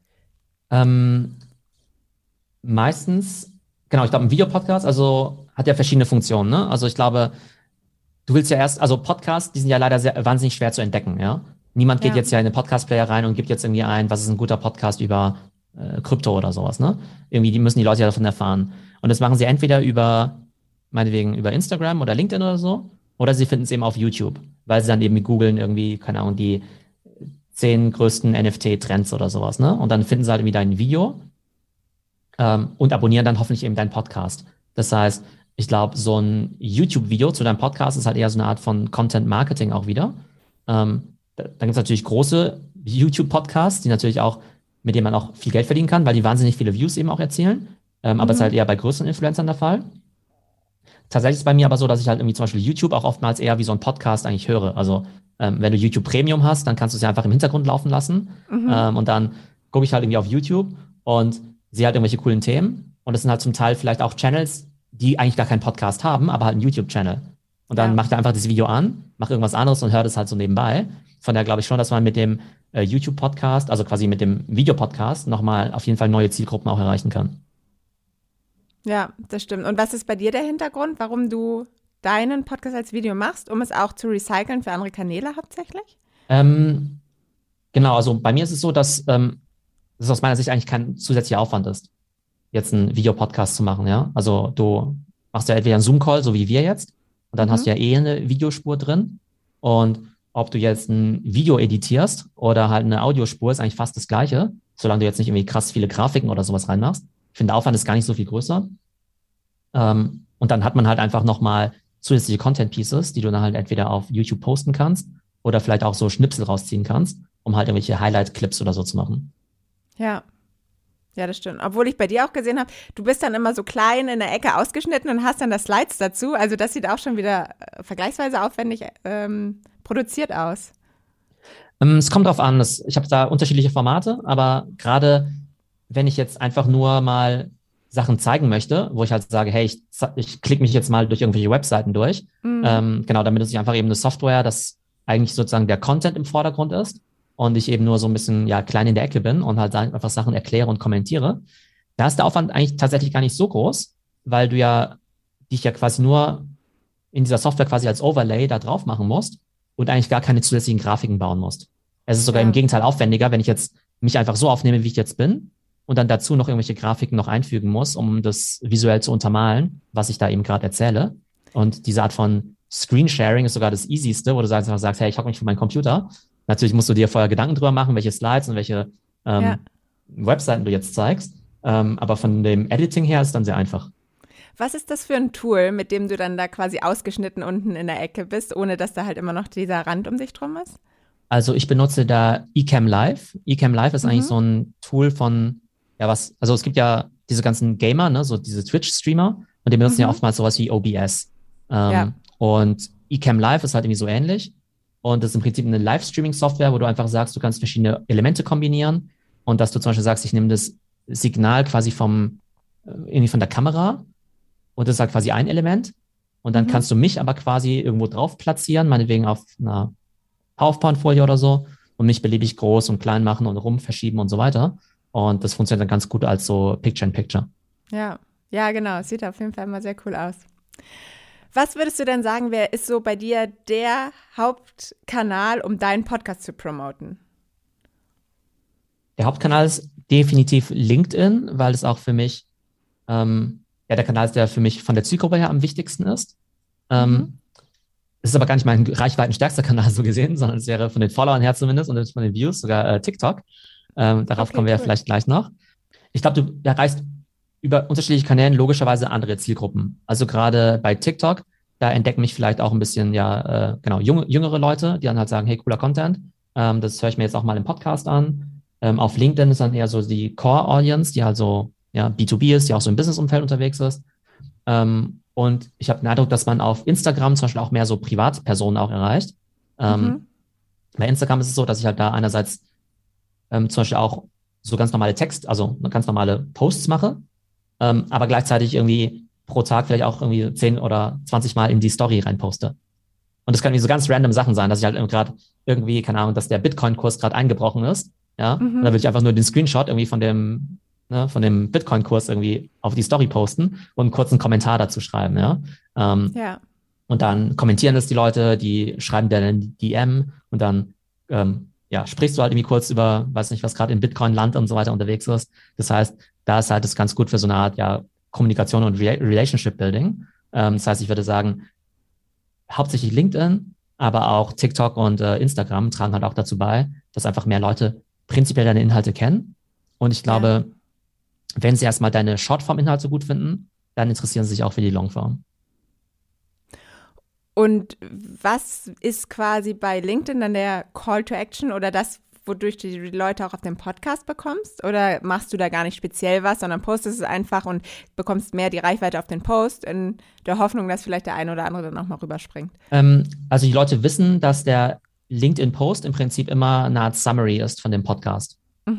Meistens, genau, ich glaube, ein Videopodcast, also hat ja verschiedene Funktionen, ne? Also ich glaube, du willst ja also Podcasts, die sind ja leider wahnsinnig schwer zu entdecken, ja? Niemand geht jetzt ja in den Podcast-Player rein und gibt jetzt irgendwie ein, was ist ein guter Podcast über Krypto oder sowas, ne? Irgendwie müssen die Leute ja davon erfahren. Und das machen sie entweder meinetwegen über Instagram oder LinkedIn oder so, oder sie finden es eben auf YouTube, weil sie dann eben googeln irgendwie, keine Ahnung, die 10 größten NFT-Trends oder sowas, ne? Und dann finden sie halt irgendwie dein Video und abonnieren dann hoffentlich eben deinen Podcast. Das heißt, ich glaube, so ein YouTube-Video zu deinem Podcast ist halt eher so eine Art von Content-Marketing auch wieder. Dann gibt es natürlich große YouTube-Podcasts, die natürlich auch, mit denen man auch viel Geld verdienen kann, weil die wahnsinnig viele Views eben auch erzielen. Aber es ist halt eher bei größeren Influencern der Fall. Tatsächlich ist es bei mir aber so, dass ich halt irgendwie zum Beispiel YouTube auch oftmals eher wie so ein Podcast eigentlich höre. Also wenn du YouTube Premium hast, dann kannst du es ja einfach im Hintergrund laufen lassen. Und dann gucke ich halt irgendwie auf YouTube und sehe halt irgendwelche coolen Themen. Und das sind halt zum Teil vielleicht auch Channels, die eigentlich gar keinen Podcast haben, aber halt einen YouTube-Channel. Und dann macht er einfach das Video an, macht irgendwas anderes und hört es halt so nebenbei. Von daher glaube ich schon, dass man mit dem YouTube-Podcast, also quasi mit dem Videopodcast, nochmal auf jeden Fall neue Zielgruppen auch erreichen kann. Ja, das stimmt. Und was ist bei dir der Hintergrund, warum du deinen Podcast als Video machst, um es auch zu recyceln für andere Kanäle hauptsächlich? Genau, also bei mir ist es so, dass es aus meiner Sicht eigentlich kein zusätzlicher Aufwand ist, jetzt einen Videopodcast zu machen, ja. Also du machst ja entweder einen Zoom-Call, so wie wir jetzt, und dann hast du ja eine Videospur drin. Und ob du jetzt ein Video editierst oder halt eine Audiospur, ist eigentlich fast das Gleiche, solange du jetzt nicht irgendwie krass viele Grafiken oder sowas reinmachst. Ich finde, der Aufwand ist gar nicht so viel größer. Und dann hat man halt einfach nochmal zusätzliche Content-Pieces, die du dann halt entweder auf YouTube posten kannst oder vielleicht auch so Schnipsel rausziehen kannst, um halt irgendwelche Highlight-Clips oder so zu machen. Ja, das stimmt. Obwohl ich bei dir auch gesehen habe, du bist dann immer so klein in der Ecke ausgeschnitten und hast dann das Slides dazu. Also das sieht auch schon wieder vergleichsweise aufwendig produziert aus. Es kommt drauf an. Ich habe da unterschiedliche Formate, aber gerade wenn ich jetzt einfach nur mal Sachen zeigen möchte, wo ich halt sage, hey, ich klicke mich jetzt mal durch irgendwelche Webseiten durch. Genau, damit benutze ich einfach eben eine Software, dass eigentlich sozusagen der Content im Vordergrund ist und ich eben nur so ein bisschen klein in der Ecke bin und halt einfach Sachen erkläre und kommentiere. Da ist der Aufwand eigentlich tatsächlich gar nicht so groß, weil du dich quasi nur in dieser Software quasi als Overlay da drauf machen musst und eigentlich gar keine zusätzlichen Grafiken bauen musst. Es ist sogar im Gegenteil aufwendiger, wenn ich jetzt mich einfach so aufnehme, wie ich jetzt bin und dann dazu noch irgendwelche Grafiken noch einfügen muss, um das visuell zu untermalen, was ich da eben gerade erzähle. Und diese Art von Screensharing ist sogar das Easyste, wo du einfach sagst, hey, ich hocke mich vor meinen Computer. Natürlich musst du dir vorher Gedanken drüber machen, welche Slides und welche Webseiten du jetzt zeigst. Aber von dem Editing her ist es dann sehr einfach. Was ist das für ein Tool, mit dem du dann da quasi ausgeschnitten unten in der Ecke bist, ohne dass da halt immer noch dieser Rand um dich drum ist? Also ich benutze da Ecamm Live. Ecamm Live ist eigentlich so ein Tool von also es gibt ja diese ganzen Gamer, ne, so diese Twitch-Streamer, und die benutzen ja oftmals sowas wie OBS. Und Ecamm Live ist halt irgendwie so ähnlich. Und das ist im Prinzip eine Live-Streaming-Software, wo du einfach sagst, du kannst verschiedene Elemente kombinieren und dass du zum Beispiel sagst, ich nehme das Signal quasi irgendwie von der Kamera und das ist halt quasi ein Element. Und dann kannst du mich aber quasi irgendwo drauf platzieren, meinetwegen auf einer PowerPoint-Folie oder so und mich beliebig groß und klein machen und rum verschieben und so weiter. Und das funktioniert dann ganz gut als so Picture-in-Picture. Ja, ja, genau. Es sieht auf jeden Fall immer sehr cool aus. Was würdest du denn sagen, wer ist so bei dir der Hauptkanal, um deinen Podcast zu promoten? Der Hauptkanal ist definitiv LinkedIn, weil es auch für mich, der Kanal ist, der für mich von der Zielgruppe her am wichtigsten ist. Es ist aber gar nicht mein reichweitenstärkster Kanal so gesehen, sondern es wäre von den Followern her zumindest und von den Views sogar TikTok. Darauf kommen wir ja vielleicht gleich noch. Ich glaube, du erreichst über unterschiedliche Kanäle logischerweise andere Zielgruppen. Also gerade bei TikTok, da entdecken mich vielleicht auch ein bisschen, jüngere Leute, die dann halt sagen, hey, cooler Content. Das höre ich mir jetzt auch mal im Podcast an. Auf LinkedIn ist dann eher so die Core-Audience, die halt so B2B ist, die auch so im Business-Umfeld unterwegs ist. Und ich habe den Eindruck, dass man auf Instagram zum Beispiel auch mehr so Privatpersonen auch erreicht. Bei Instagram ist es so, dass ich halt da einerseits zum Beispiel auch so ganz normale also ganz normale Posts mache, aber gleichzeitig irgendwie pro Tag vielleicht auch irgendwie 10 oder 20 Mal in die Story reinposte. Und das kann irgendwie so ganz random Sachen sein, dass ich halt gerade irgendwie, keine Ahnung, dass der Bitcoin-Kurs gerade eingebrochen ist. Ja, und dann würde ich einfach nur den Screenshot irgendwie von dem Bitcoin-Kurs irgendwie auf die Story posten und einen kurzen Kommentar dazu schreiben, ja. Und dann kommentieren das die Leute, die schreiben dann in die DM und dann sprichst du halt irgendwie kurz über, weiß nicht, was gerade in Bitcoin-Land und so weiter unterwegs ist. Das heißt, da ist halt das ganz gut für so eine Art, Kommunikation und Relationship-Building. Das heißt, ich würde sagen, hauptsächlich LinkedIn, aber auch TikTok und Instagram tragen halt auch dazu bei, dass einfach mehr Leute prinzipiell deine Inhalte kennen. Und ich glaube, wenn sie erstmal deine Shortform-Inhalte gut finden, dann interessieren sie sich auch für die Longform. Und was ist quasi bei LinkedIn dann der Call to Action oder das, wodurch du die Leute auch auf den Podcast bekommst? Oder machst du da gar nicht speziell was, sondern postest es einfach und bekommst mehr die Reichweite auf den Post in der Hoffnung, dass vielleicht der eine oder andere dann auch mal rüberspringt? Also die Leute wissen, dass der LinkedIn-Post im Prinzip immer eine Art Summary ist von dem Podcast.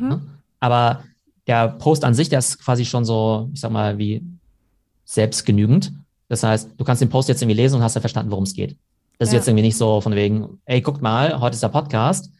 Aber der Post an sich, der ist quasi schon so, ich sag mal, wie selbstgenügend. Das heißt, du kannst den Post jetzt irgendwie lesen und hast ja verstanden, worum es geht. Das ist jetzt irgendwie nicht so von wegen, ey, guckt mal, heute ist der Podcast.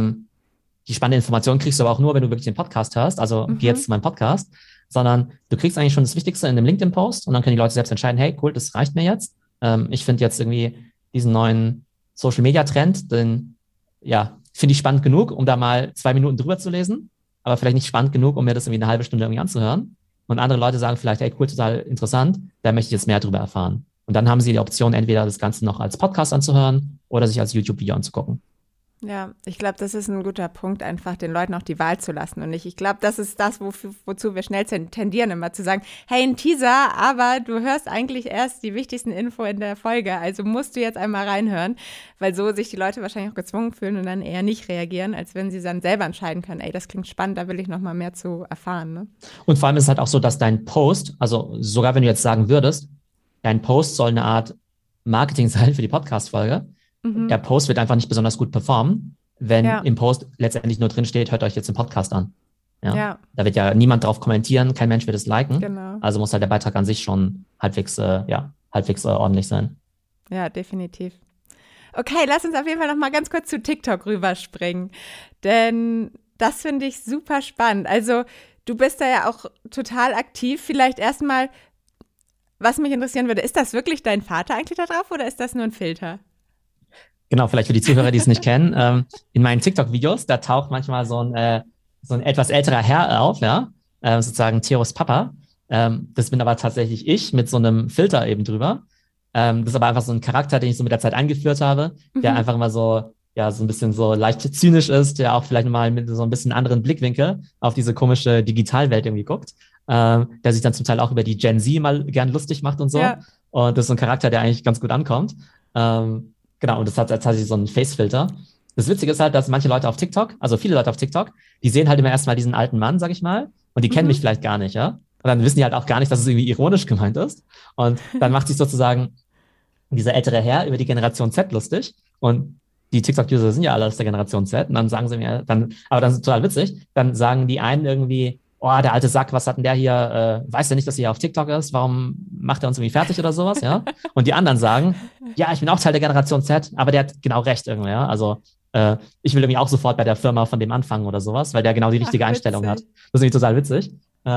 Die spannende Information kriegst du aber auch nur, wenn du wirklich den Podcast hörst. Also geh jetzt zu meinem Podcast. Sondern du kriegst eigentlich schon das Wichtigste in einem LinkedIn-Post und dann können die Leute selbst entscheiden, hey, cool, das reicht mir jetzt. Ich finde jetzt irgendwie diesen neuen Social-Media-Trend, den, finde ich spannend genug, um da mal 2 Minuten drüber zu lesen, aber vielleicht nicht spannend genug, um mir das irgendwie eine halbe Stunde irgendwie anzuhören. Und andere Leute sagen vielleicht, hey, cool, total interessant, da möchte ich jetzt mehr drüber erfahren. Und dann haben sie die Option, entweder das Ganze noch als Podcast anzuhören oder sich als YouTube-Video anzugucken. Ja, ich glaube, das ist ein guter Punkt, einfach den Leuten auch die Wahl zu lassen. Und ich glaube, das ist das, wozu wir schnell tendieren, immer zu sagen, hey, ein Teaser, aber du hörst eigentlich erst die wichtigsten Info in der Folge. Also musst du jetzt einmal reinhören, weil so sich die Leute wahrscheinlich auch gezwungen fühlen und dann eher nicht reagieren, als wenn sie dann selber entscheiden können, ey, das klingt spannend, da will ich noch mal mehr zu erfahren. Ne? Und vor allem ist es halt auch so, dass dein Post, also sogar wenn du jetzt sagen würdest, dein Post soll eine Art Marketing sein für die Podcast-Folge, der Post wird einfach nicht besonders gut performen, wenn im Post letztendlich nur drin steht, hört euch jetzt den Podcast an. Da wird ja niemand drauf kommentieren, kein Mensch wird es liken. Genau. Also muss halt der Beitrag an sich schon halbwegs ordentlich sein. Ja, definitiv. Okay, lass uns auf jeden Fall noch mal ganz kurz zu TikTok rüberspringen, denn das finde ich super spannend. Also du bist da ja auch total aktiv. Vielleicht erstmal, was mich interessieren würde, ist das wirklich dein Vater eigentlich da drauf oder ist das nur ein Filter? Genau, vielleicht für die Zuhörer, die es nicht kennen. In meinen TikTok-Videos, da taucht manchmal so ein etwas älterer Herr auf, sozusagen Theos Papa. Das bin aber tatsächlich ich mit so einem Filter eben drüber. Das ist aber einfach so ein Charakter, den ich so mit der Zeit eingeführt habe, der einfach immer so ein bisschen so leicht zynisch ist, der auch vielleicht mal mit so ein bisschen anderen Blickwinkel auf diese komische Digitalwelt irgendwie guckt, der sich dann zum Teil auch über die Gen Z mal gern lustig macht und so. Ja. Und das ist so ein Charakter, der eigentlich ganz gut ankommt. Genau, und das hat tatsächlich so einen Face-Filter. Das Witzige ist halt, dass viele Leute auf TikTok, die sehen halt immer erstmal diesen alten Mann, sag ich mal, und die kennen mich vielleicht gar nicht, ja. Und dann wissen die halt auch gar nicht, dass es irgendwie ironisch gemeint ist. Und dann macht sich sozusagen dieser ältere Herr über die Generation Z lustig. Und die TikTok-User sind ja alle aus der Generation Z. Und dann sagen sie mir, aber dann ist es total witzig, dann sagen die einen irgendwie, oh, der alte Sack, was hat denn der hier, weiß der nicht, dass er hier auf TikTok ist? Warum macht er uns irgendwie fertig oder sowas, ja? Und die anderen sagen, ja, ich bin auch Teil der Generation Z, aber der hat genau recht irgendwie, ja? Also, ich will irgendwie auch sofort bei der Firma von dem anfangen oder sowas, weil der genau die richtige Einstellung hat. Das ist irgendwie total witzig.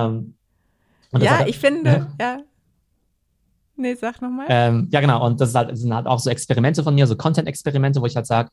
Ja, ich finde, ja. Nee, sag nochmal. Ja, genau. Und das sind halt auch so Experimente von mir, so Content-Experimente, wo ich halt sage,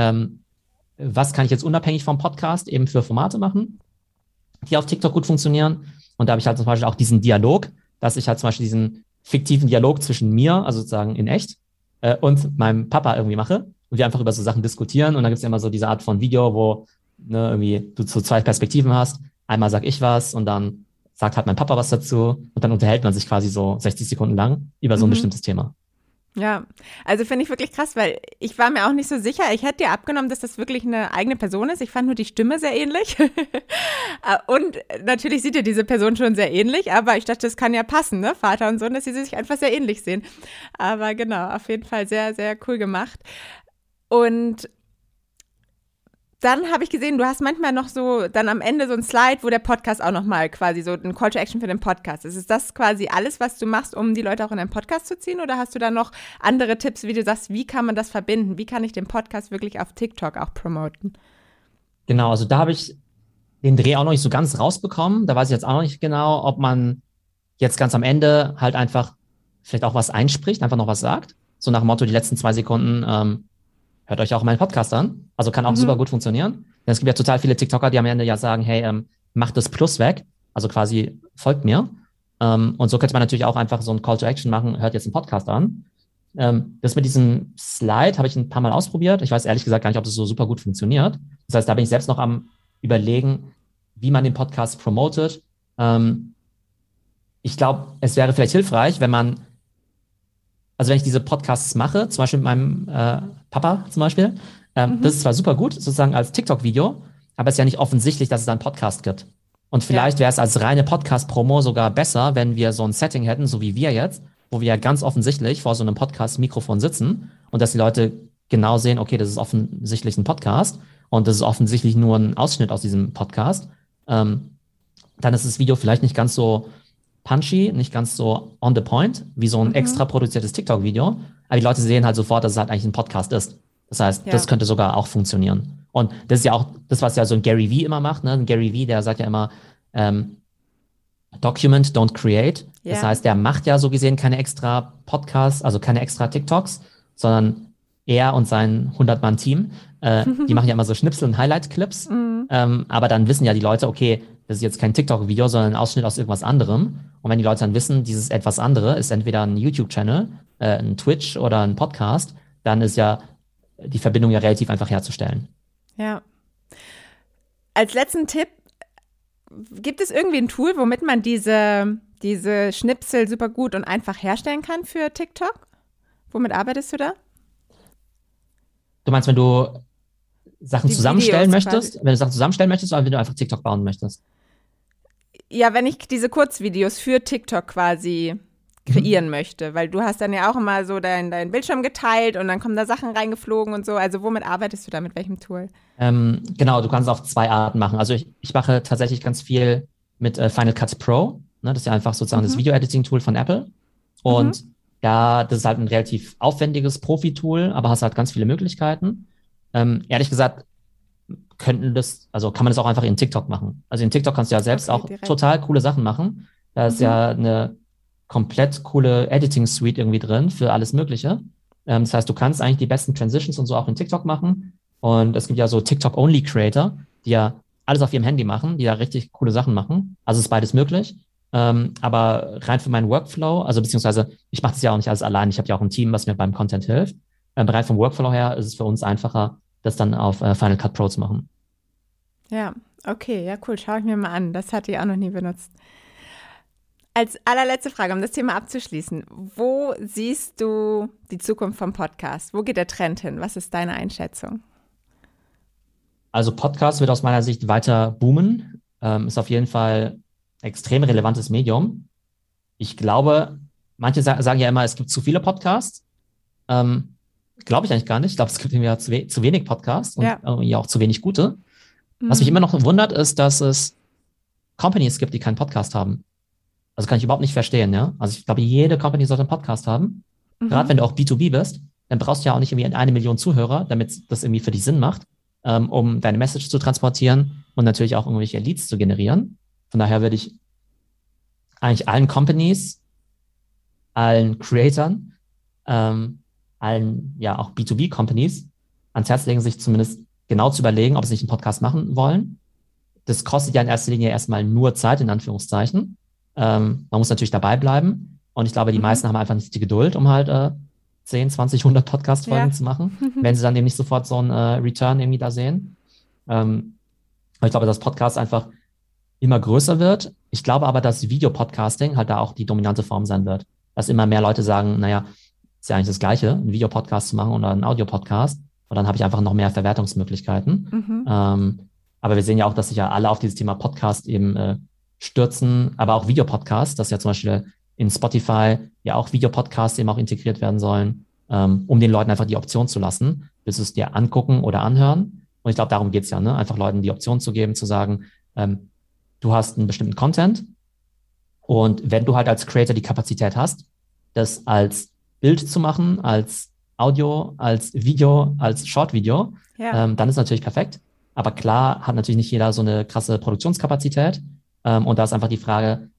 was kann ich jetzt unabhängig vom Podcast eben für Formate machen, die auf TikTok gut funktionieren. Und da habe ich halt zum Beispiel auch diesen Dialog, dass ich halt zum Beispiel diesen fiktiven Dialog zwischen mir, also sozusagen in echt, und meinem Papa irgendwie mache. Und wir einfach über so Sachen diskutieren. Und dann gibt es ja immer so diese Art von Video, wo irgendwie du so zwei Perspektiven hast. Einmal sag ich was und dann sagt halt mein Papa was dazu. Und dann unterhält man sich quasi so 60 Sekunden lang über so ein bestimmtes Thema. Ja, also finde ich wirklich krass, weil ich war mir auch nicht so sicher. Ich hätte dir abgenommen, dass das wirklich eine eigene Person ist. Ich fand nur die Stimme sehr ähnlich. Und natürlich sieht ja diese Person schon sehr ähnlich, aber ich dachte, das kann ja passen, ne? Vater und Sohn, dass sie sich einfach sehr ähnlich sehen. Aber genau, auf jeden Fall sehr, sehr cool gemacht. Und dann habe ich gesehen, du hast manchmal noch so dann am Ende so ein Slide, wo der Podcast auch nochmal quasi so ein Call to Action für den Podcast ist. Ist das quasi alles, was du machst, um die Leute auch in deinen Podcast zu ziehen? Oder hast du da noch andere Tipps, wie du sagst, wie kann man das verbinden? Wie kann ich den Podcast wirklich auf TikTok auch promoten? Genau, also da habe ich den Dreh auch noch nicht so ganz rausbekommen. Da weiß ich jetzt auch noch nicht genau, ob man jetzt ganz am Ende halt einfach vielleicht auch was einspricht, einfach noch was sagt. So nach dem Motto, die letzten 2 Sekunden hört euch auch meinen Podcast an. Also kann auch super gut funktionieren. Denn es gibt ja total viele TikToker, die am Ende ja sagen, hey, macht das Plus weg. Also quasi folgt mir. Und so könnte man natürlich auch einfach so ein Call to Action machen, hört jetzt einen Podcast an. Das mit diesem Slide habe ich ein paar Mal ausprobiert. Ich weiß ehrlich gesagt gar nicht, ob das so super gut funktioniert. Das heißt, da bin ich selbst noch am Überlegen, wie man den Podcast promotet. Ich glaube, es wäre vielleicht hilfreich, wenn ich diese Podcasts mache, zum Beispiel mit meinem Papa zum Beispiel, das ist zwar super gut, sozusagen als TikTok-Video, aber es ist ja nicht offensichtlich, dass es da einen Podcast gibt. Und vielleicht wäre es als reine Podcast-Promo sogar besser, wenn wir so ein Setting hätten, so wie wir jetzt, wo wir ja ganz offensichtlich vor so einem Podcast-Mikrofon sitzen und dass die Leute genau sehen, okay, das ist offensichtlich ein Podcast und das ist offensichtlich nur ein Ausschnitt aus diesem Podcast. Dann ist das Video vielleicht nicht ganz so punchy, nicht ganz so on the point, wie so ein extra produziertes TikTok-Video. Aber die Leute sehen halt sofort, dass es halt eigentlich ein Podcast ist. Das heißt, das könnte sogar auch funktionieren. Und das ist ja auch das, was ja so ein Gary Vee immer macht. Ne? Ein Gary Vee, der sagt ja immer, document, don't create. Ja. Das heißt, der macht ja so gesehen keine extra Podcasts, also keine extra TikToks, sondern er und sein 100-Mann-Team, die machen ja immer so Schnipsel und Highlight-Clips. Aber dann wissen ja die Leute, okay, das ist jetzt kein TikTok-Video, sondern ein Ausschnitt aus irgendwas anderem. Und wenn die Leute dann wissen, dieses etwas andere ist entweder ein YouTube-Channel, ein Twitch oder ein Podcast, dann ist ja die Verbindung ja relativ einfach herzustellen. Ja. Als letzten Tipp, gibt es irgendwie ein Tool, womit man diese Schnipsel super gut und einfach herstellen kann für TikTok? Womit arbeitest du da? Du meinst, wenn du Sachen zusammenstellen möchtest? Wenn du Sachen zusammenstellen möchtest oder wenn du einfach TikTok bauen möchtest? Ja, wenn ich diese Kurzvideos für TikTok quasi kreieren möchte, weil du hast dann ja auch immer so deinen Bildschirm geteilt und dann kommen da Sachen reingeflogen und so. Also womit arbeitest du da, mit welchem Tool? Genau, du kannst es auf 2 Arten machen. Also ich mache tatsächlich ganz viel mit Final Cut Pro. Ne? Das ist ja einfach sozusagen das Video-Editing-Tool von Apple. Und ja, das ist halt ein relativ aufwendiges Profi-Tool, aber hast halt ganz viele Möglichkeiten. Ehrlich gesagt, kann man das auch einfach in TikTok machen. Also in TikTok kannst du ja selbst auch direkt total coole Sachen machen. Da ist ja eine komplett coole Editing-Suite irgendwie drin für alles Mögliche. Das heißt, du kannst eigentlich die besten Transitions und so auch in TikTok machen. Und es gibt ja so TikTok-Only-Creator, die ja alles auf ihrem Handy machen, die ja richtig coole Sachen machen. Also ist beides möglich. Aber rein für meinen Workflow, also beziehungsweise ich mache das ja auch nicht alles allein. Ich habe ja auch ein Team, was mir beim Content hilft. Rein vom Workflow her ist es für uns einfacher, das dann auf Final Cut Pro zu machen. Ja, okay, ja cool, schaue ich mir mal an. Das hatte ich auch noch nie benutzt. Als allerletzte Frage, um das Thema abzuschließen. Wo siehst du die Zukunft vom Podcast? Wo geht der Trend hin? Was ist deine Einschätzung? Also Podcast wird aus meiner Sicht weiter boomen. Ist auf jeden Fall extrem relevantes Medium. Ich glaube, manche sagen ja immer, es gibt zu viele Podcasts. Glaube ich eigentlich gar nicht. Ich glaube, es gibt irgendwie zu wenig Podcasts und irgendwie auch zu wenig gute. Was mich immer noch wundert, ist, dass es Companies gibt, die keinen Podcast haben. Also kann ich überhaupt nicht verstehen, ja. Also ich glaube, jede Company sollte einen Podcast haben. Gerade wenn du auch B2B bist, dann brauchst du ja auch nicht irgendwie 1 Million Zuhörer, damit das irgendwie für dich Sinn macht, um deine Message zu transportieren und natürlich auch irgendwelche Leads zu generieren. Von daher würde ich eigentlich allen Companies, allen Creatern, allen, ja, auch B2B-Companies ans Herz legen, sich zumindest genau zu überlegen, ob sie nicht einen Podcast machen wollen. Das kostet ja in erster Linie erstmal nur Zeit, in Anführungszeichen. Man muss natürlich dabei bleiben. Und ich glaube, die meisten haben einfach nicht die Geduld, um halt 10, 20, 100 Podcast-Folgen zu machen, wenn sie dann eben nicht sofort so einen Return irgendwie da sehen. Aber ich glaube, dass Podcast einfach immer größer wird. Ich glaube aber, dass Videopodcasting halt da auch die dominante Form sein wird. Dass immer mehr Leute sagen, naja, ist ja eigentlich das Gleiche, einen Videopodcast zu machen oder einen Audiopodcast. Und dann habe ich einfach noch mehr Verwertungsmöglichkeiten. Aber wir sehen ja auch, dass sich ja alle auf dieses Thema Podcast eben stürzen, aber auch Videopodcasts, dass ja zum Beispiel in Spotify ja auch Videopodcasts eben auch integriert werden sollen, um den Leuten einfach die Option zu lassen, willst du es dir angucken oder anhören? Und ich glaube, darum geht's ja, ne? Einfach Leuten die Option zu geben, zu sagen, du hast einen bestimmten Content und wenn du halt als Creator die Kapazität hast, das als Bild zu machen, als Audio, als Video, als Short-Video, dann ist natürlich perfekt. Aber klar hat natürlich nicht jeder so eine krasse Produktionskapazität. Und da ist einfach die Frage,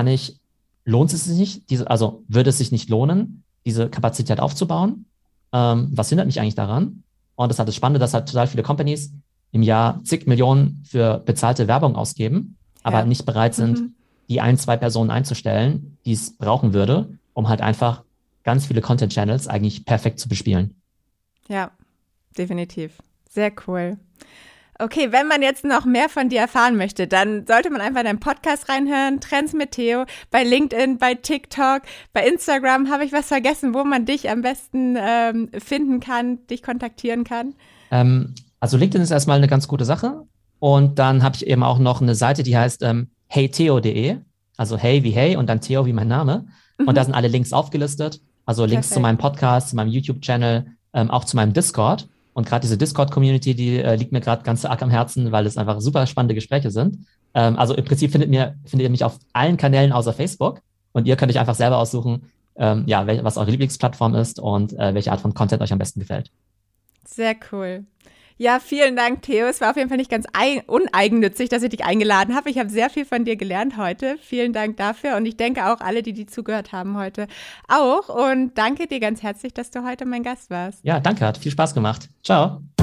lohnt es sich nicht, also würde es sich nicht lohnen, diese Kapazität aufzubauen? Was hindert mich eigentlich daran? Und das ist halt das Spannende, dass halt total viele Companies im Jahr zig Millionen für bezahlte Werbung ausgeben, aber nicht bereit sind, die 1, 2 Personen einzustellen, die es brauchen würde, um halt einfach ganz viele Content-Channels eigentlich perfekt zu bespielen. Ja, definitiv. Sehr cool. Okay, wenn man jetzt noch mehr von dir erfahren möchte, dann sollte man einfach in deinen Podcast reinhören, Trends mit Theo, bei LinkedIn, bei TikTok, bei Instagram. Habe ich was vergessen, wo man dich am besten finden kann, dich kontaktieren kann? Also LinkedIn ist erstmal eine ganz gute Sache. Und dann habe ich eben auch noch eine Seite, die heißt heytheo.de. Also hey wie hey und dann Theo wie mein Name. Und da sind alle Links aufgelistet. Also Links zu meinem Podcast, zu meinem YouTube-Channel, auch zu meinem Discord. Und gerade diese Discord-Community, die liegt mir gerade ganz arg am Herzen, weil es einfach super spannende Gespräche sind. Also im Prinzip findet ihr mich auf allen Kanälen außer Facebook. Und ihr könnt euch einfach selber aussuchen, was eure Lieblingsplattform ist und welche Art von Content euch am besten gefällt. Sehr cool. Ja, vielen Dank, Theo. Es war auf jeden Fall nicht ganz uneigennützig, dass ich dich eingeladen habe. Ich habe sehr viel von dir gelernt heute. Vielen Dank dafür. Und ich denke auch alle, die zugehört haben heute auch. Und danke dir ganz herzlich, dass du heute mein Gast warst. Ja, danke. Hat viel Spaß gemacht. Ciao.